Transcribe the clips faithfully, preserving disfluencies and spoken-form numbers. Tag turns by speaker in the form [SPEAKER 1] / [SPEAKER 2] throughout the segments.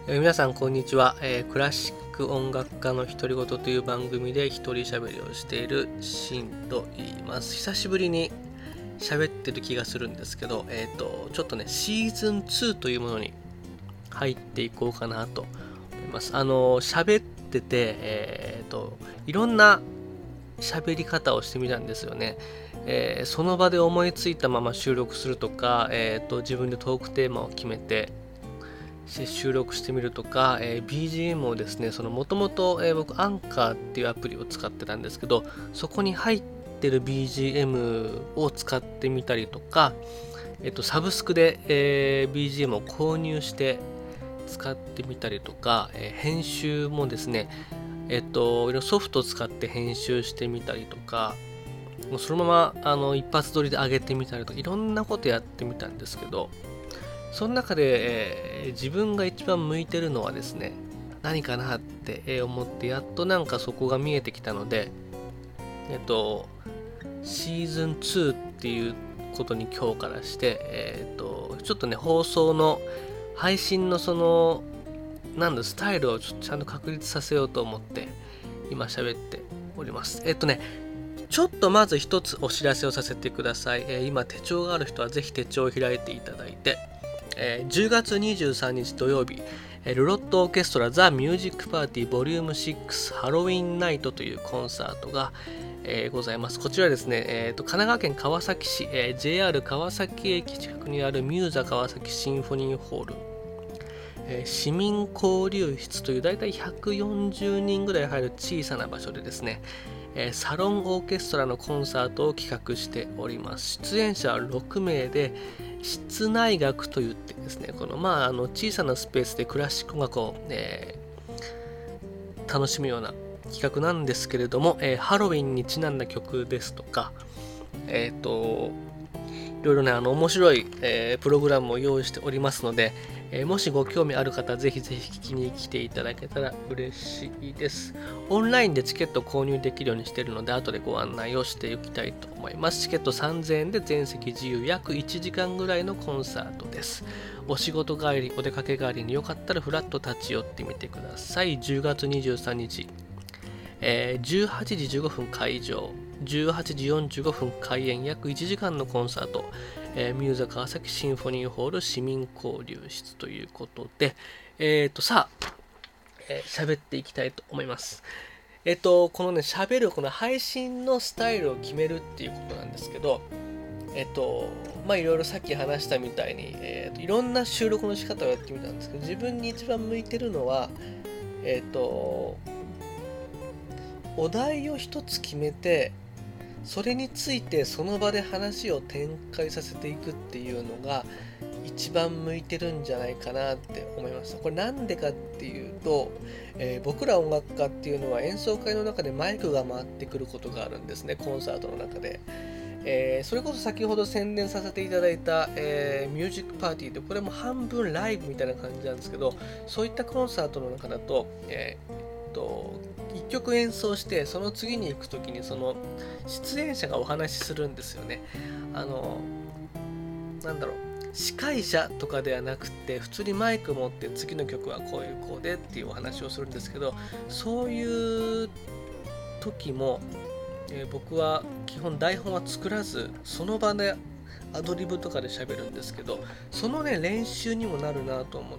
[SPEAKER 1] えー皆さんこんにちは、えークラシック音楽家の独り言という番組で一人喋りをしているシンと言います。久しぶりに喋ってる気がするんですけど、えっ、とちょっとねシーズンツーというものに入っていこうかなと思います。あの喋ってて、えっ、といろんな喋り方をしてみたんですよね。えーその場で思いついたまま収録するとか、えーと自分でトークテーマを決めて収録してみるとか、えー ビージーエム をですね、そのもともと僕アンカーっていうアプリを使ってたんですけど、そこに入ってる ビージーエム を使ってみたりとか、えっと、サブスクで、えー ビージーエム を購入して使ってみたりとか、えー編集もですね、えっと、いろいろソフトを使って編集してみたりとか、もうそのままあの一発撮りで上げてみたりとか、いろんなことやってみたんですけど、その中で、えー自分が一番向いてるのはですね、何かなって思って、やっとなんかそこが見えてきたので、えっと、シーズンツーっていうことに今日からして、えっと、ちょっとね、放送の配信のその、なんだ、スタイルをちょちゃんと確立させようと思って、今喋っております。えっとね、ちょっとまず一つお知らせをさせてください。えー今手帳がある人はぜひ手帳を開いていただいて、えーじゅうがつにじゅうさんにち土曜日、えールロットオーケストラザ・ミュージックパーティーボリュームシックスハロウィンナイトというコンサートが、えーございます。こちらですね、えーと神奈川県川崎市、えージェイアール 川崎駅近くにあるミューザ川崎シンフォニーホール、えー市民交流室というだいたいひゃくよんじゅうにんぐらい入る小さな場所でですね、えーサロンオーケストラのコンサートを企画しております。出演者はろくめいで、室内楽といってですね、このまああの小さなスペースでクラシック音楽を、えー楽しむような企画なんですけれども、えーハロウィンにちなんだ曲ですとか、えっ、といろいろね、あの面白い、えープログラムを用意しておりますので、えーもしご興味ある方はぜひぜひ聞きに来ていただけたら嬉しいです。オンラインでチケット購入できるようにしているので、後でご案内をしておきたいと思います。チケットさんぜんえんで全席自由、約いちじかんぐらいのコンサートです。お仕事帰り、お出かけ帰りによかったらフラッと立ち寄ってみてください。じゅうがつにじゅうさんにち、えーじゅうはちじじゅうごふん会場、じゅうはちじよんじゅうごふん開演、約いちじかんのコンサート、えーミューザ川崎シンフォニーホール市民交流室ということで、えっ、と、さあ、えー喋っていきたいと思います。えっ、と、このね、喋る、この配信のスタイルを決めるっていうことなんですけど、えっ、と、まあいろいろさっき話したみたいに、えーといろんな収録の仕方をやってみたんですけど、自分に一番向いてるのは、えっ、と、お題を一つ決めて、それについてその場で話を展開させていくっていうのが一番向いてるんじゃないかなって思いました。これなんでかっていうと、えー僕ら音楽家っていうのは演奏会の中でマイクが回ってくることがあるんですね、コンサートの中で。えーそれこそ先ほど宣伝させていただいた、えーミュージックパーティーって、これも半分ライブみたいな感じなんですけど、そういったコンサートの中だと、えーっといっきょく演奏してその次に行くときにその出演者がお話しするんですよね。あのなんだろう、司会者とかではなくて、普通にマイク持って次の曲はこういうこうでっていうお話をするんですけど、そういう時も、えー僕は基本台本は作らず、その場でアドリブとかで喋るんですけど、そのね練習にもなるなと思って、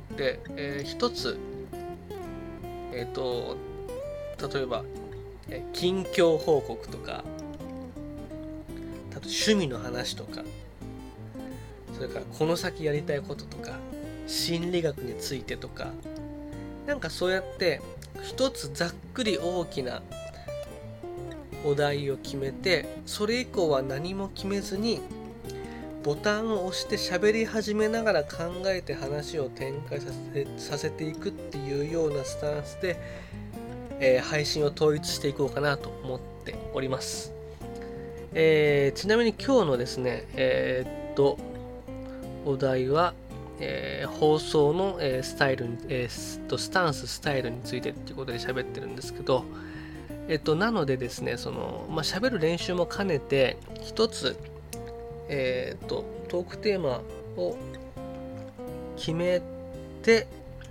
[SPEAKER 1] えー一つ、えっ、と例えば、えー近況報告とか、あと趣味の話とか、それからこの先やりたいこととか、心理学についてとか、なんかそうやって一つざっくり大きなお題を決めて、それ以降は何も決めずにボタンを押して喋り始めながら考えて話を展開させてさせていくっていうようなスタンスで、えー配信を統一していこうかなと思っております。えーちなみに今日のですね、えーっとお題は、えー放送の、えースタイルに、えーすとスタンススタイルについてっていうことで喋ってるんですけど、えっとなのでですね、そのまあ喋る練習も兼ねて一つ、えーっとトークテーマを決めて、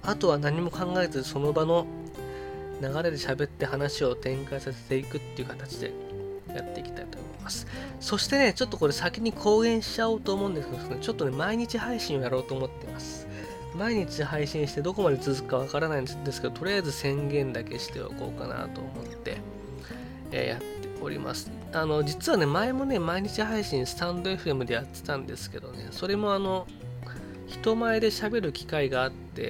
[SPEAKER 1] あとは何も考えずその場の流れで喋って話を展開させていくっていう形でやっていきたいと思います。そしてね、ちょっとこれ先に公言しちゃおうと思うんですけど、ちょっとね、毎日配信をやろうと思っています。毎日配信してどこまで続くかわからないんですけど、とりあえず宣言だけしておこうかなと思って、えー、やっております。あの、実はね、前もね、毎日配信スタンド エフエム でやってたんですけどね、それもあの、人前で喋る機会があって、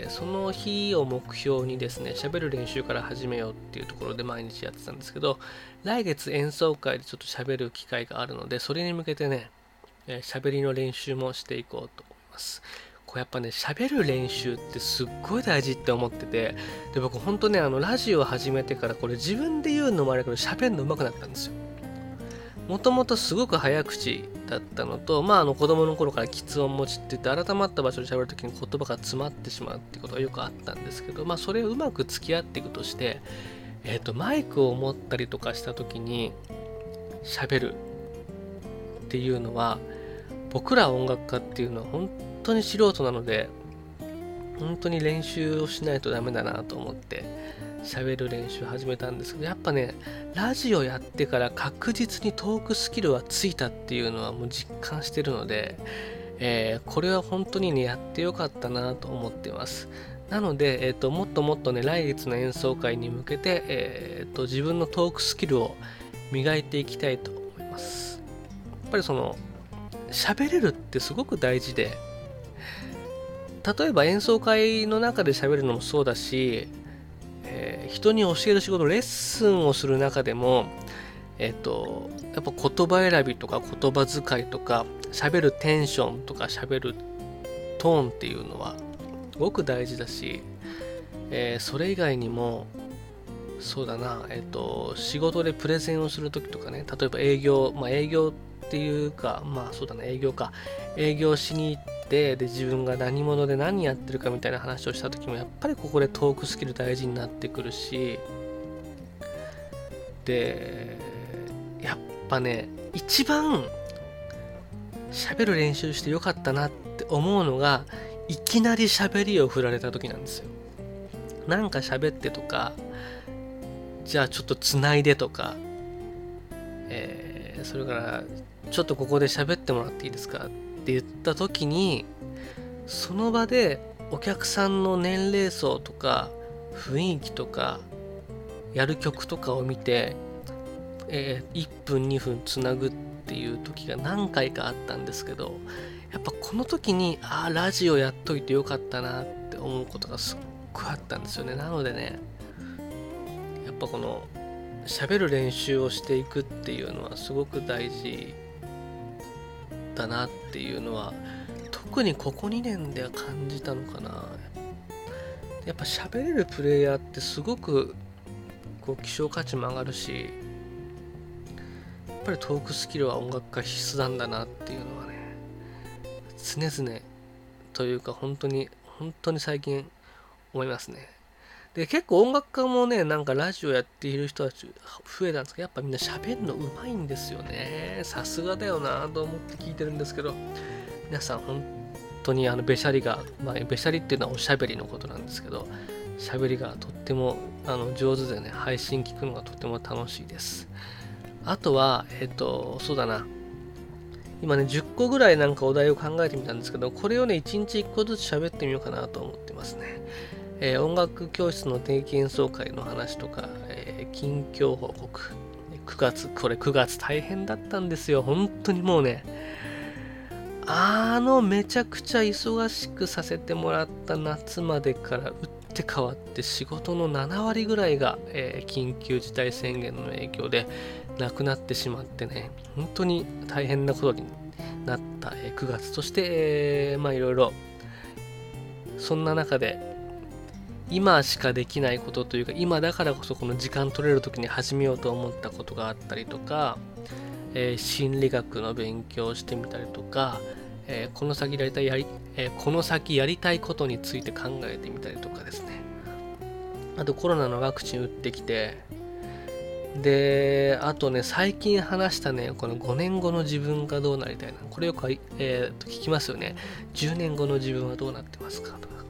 [SPEAKER 1] その日を目標にですね、喋る練習から始めようっていうところで毎日やってたんですけど、来月演奏会でちょっと喋る機会があるので、それに向けてね、えー、喋りの練習もしていこうと思います。こうやっぱね、喋る練習ってすっごい大事って思ってて、で、僕ほんとね、あの、ラジオを始めてからこれ自分で言うのもあるけど、喋るの上手くなったんですよ。もともとすごく早口だったのと、まあ、あの子供の頃から喫音持ちって言って改まった場所で喋るときに言葉が詰まってしまうっていうことがよくあったんですけど、まあ、それをうまく付き合っていくとして、えっと、マイクを持ったりとかしたときに喋るっていうのは、僕ら音楽家っていうのは本当に素人なので、本当に練習をしないとダメだなと思って、喋る練習始めたんですけど、やっぱね、ラジオやってから確実にトークスキルはついたっていうのはもう実感してるので、えー、これは本当にね、やってよかったなと思ってます。なので、えーと、もっともっとね、来月の演奏会に向けて、えーと、自分のトークスキルを磨いていきたいと思います。やっぱりその、喋れるってすごく大事で、例えば演奏会の中で喋るのもそうだし、えー、人に教える仕事、レッスンをする中でも、えっと、やっぱ言葉選びとか言葉遣いとか、喋るテンションとか喋るトーンっていうのは、すごく大事だし、えー、それ以外にも、そうだな、えっと、仕事でプレゼンをするときとかね、例えば営業、まあ営業っていうか、まあそうだね、営業か、営業しに行って、で、自分が何者で何やってるかみたいな話をしたときも、やっぱりここでトークスキル大事になってくるし、で、やっぱね、一番喋る練習してよかったなって思うのが、いきなり喋りを振られた時なんですよ。なんか喋ってとか、じゃあちょっとつないでとか、えー、それからちょっとここで喋ってもらっていいですかって言った時に、その場でお客さんの年齢層とか雰囲気とかやる曲とかを見て、えー、いっぷんにふんつなぐっていう時が何回かあったんですけど、やっぱこの時にああラジオやっといてよかったなって思うことがすっごいあったんですよね。なのでね、やっぱこの喋る練習をしていくっていうのはすごく大事だなっていうのは特にここにねんでは感じたのかな。やっぱ喋れるプレイヤーってすごくこう希少価値も上がるし、やっぱりトークスキルは音楽家必須なんだなっていうのはね、常々というか本当に本当に最近思いますね。で、結構音楽家もね、なんかラジオやっている人たち増えたんですけど、やっぱみんな喋るのうまいんですよね。さすがだよなと思って聞いてるんですけど、皆さん本当にあのべしゃりが、まあ、べしゃりっていうのはおしゃべりのことなんですけど、喋りがとってもあの上手でね、配信聞くのがとても楽しいです。あとは、えっと、そうだな。今ね、じゅっこぐらいなんかお題を考えてみたんですけど、これをね、いちにちいっこずつ喋ってみようかなと思ってますね。えー、音楽教室の定期演奏会の話とか、えー、近況報告。くがつ、これくがつ大変だったんですよ。本当にもうね、あのめちゃくちゃ忙しくさせてもらった夏までから打って変わって仕事のななわりぐらいが、えー、緊急事態宣言の影響でなくなってしまってね、本当に大変なことになった、えー、くがつとして、えー、まあいろいろそんな中で今しかできないことというか、今だからこそこの時間取れる時に始めようと思ったことがあったりとか、えー、心理学の勉強をしてみたりとか、えー、この先やりたいやり、えー、この先やりたいことについて考えてみたりとかですね。あとコロナのワクチン打ってきて、で、あとね、最近話したね、このごねんごの自分がどうなりたいな。これよく、えー、と聞きますよね。じゅうねんごの自分はどうなってますかとか。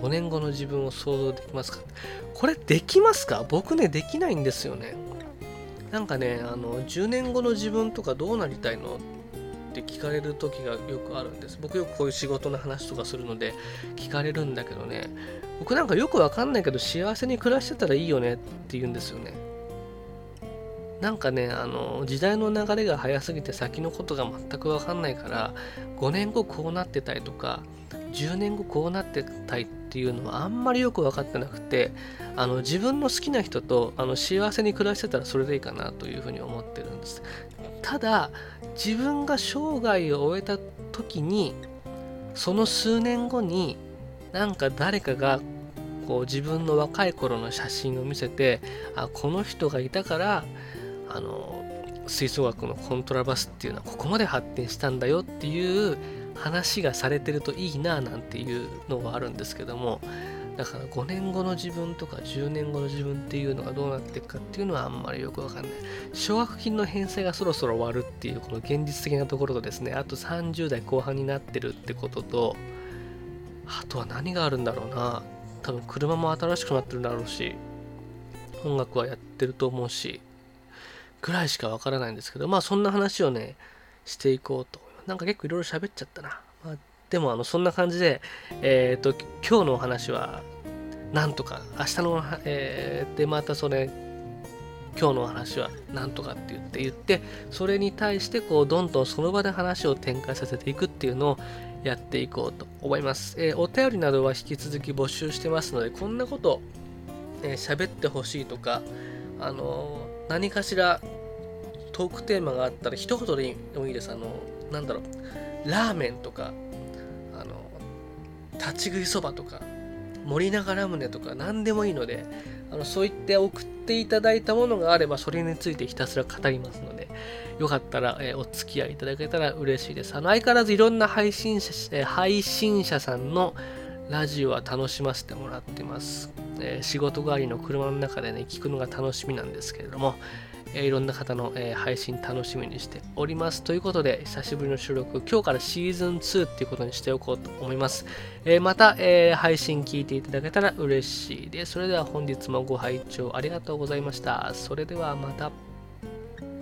[SPEAKER 1] ごねんごの自分を想像できますか？これできますか？僕ね、できないんですよね。なんかね、あの、じゅうねんごの自分とかどうなりたいのって聞かれる時がよくあるんです。僕よくこういう仕事の話とかするので聞かれるんだけどね、僕なんかよくわかんないけど幸せに暮らしてたらいいよねって言うんですよね。なんかね、あの、時代の流れが早すぎて先のことが全くわかんないから、ごねんごこうなってたりとか、じゅうねんごこうなってたいっていうのはあんまりよく分かってなくて、あの自分の好きな人とあの幸せに暮らしてたらそれでいいかなというふうに思ってるんです。ただ、自分が生涯を終えた時に、その数年後に、なんか誰かがこう自分の若い頃の写真を見せて、あ、この人がいたから、あの吹奏楽のコントラバスっていうのはここまで発展したんだよっていう話がされてるといいななんていうのはあるんですけども、だからごねんごの自分とかじゅうねんごの自分っていうのがどうなっていくかっていうのはあんまりよくわかんない。奨学金の返済がそろそろ終わるっていうこの現実的なところとですね、あとさんじゅう代後半になってるってことと、あとは何があるんだろうな。多分車も新しくなってるだろうし、音楽はやってると思うし、ぐらいしかわからないんですけど、まあそんな話をね、していこうと。なんか結構いろいろ喋っちゃったな。まあ、でもあのそんな感じで、えっ、と、今日のお話は、なんとか、明日の、えー、でまたそれ、今日のお話はなんとかって言って言って、それに対してこうどんどんその場で話を展開させていくっていうのをやっていこうと思います。えー、お便りなどは引き続き募集してますので、こんなことえー、喋ってほしいとか、あのー何かしらトークテーマがあったら一言でもいいです。あのーなんだろう、ラーメンとか、あのー立ち食いそばとか、森永ラムネとか何でもいいので、あのそう言って送っていただいたものがあればそれについてひたすら語りますので、よかったら、えーお付き合いいただけたら嬉しいです。あの相変わらずいろんな配信者、えー配信者さんのラジオは楽しませてもらってます。えー仕事帰りの車の中でね、聞くのが楽しみなんですけれども、えーいろんな方の、えー配信楽しみにしております。ということで、久しぶりの収録、今日からシーズンツーっていうことにしておこうと思います。えーまた、えー配信聞いていただけたら嬉しいです。それでは本日もご拝聴ありがとうございました。それではまた。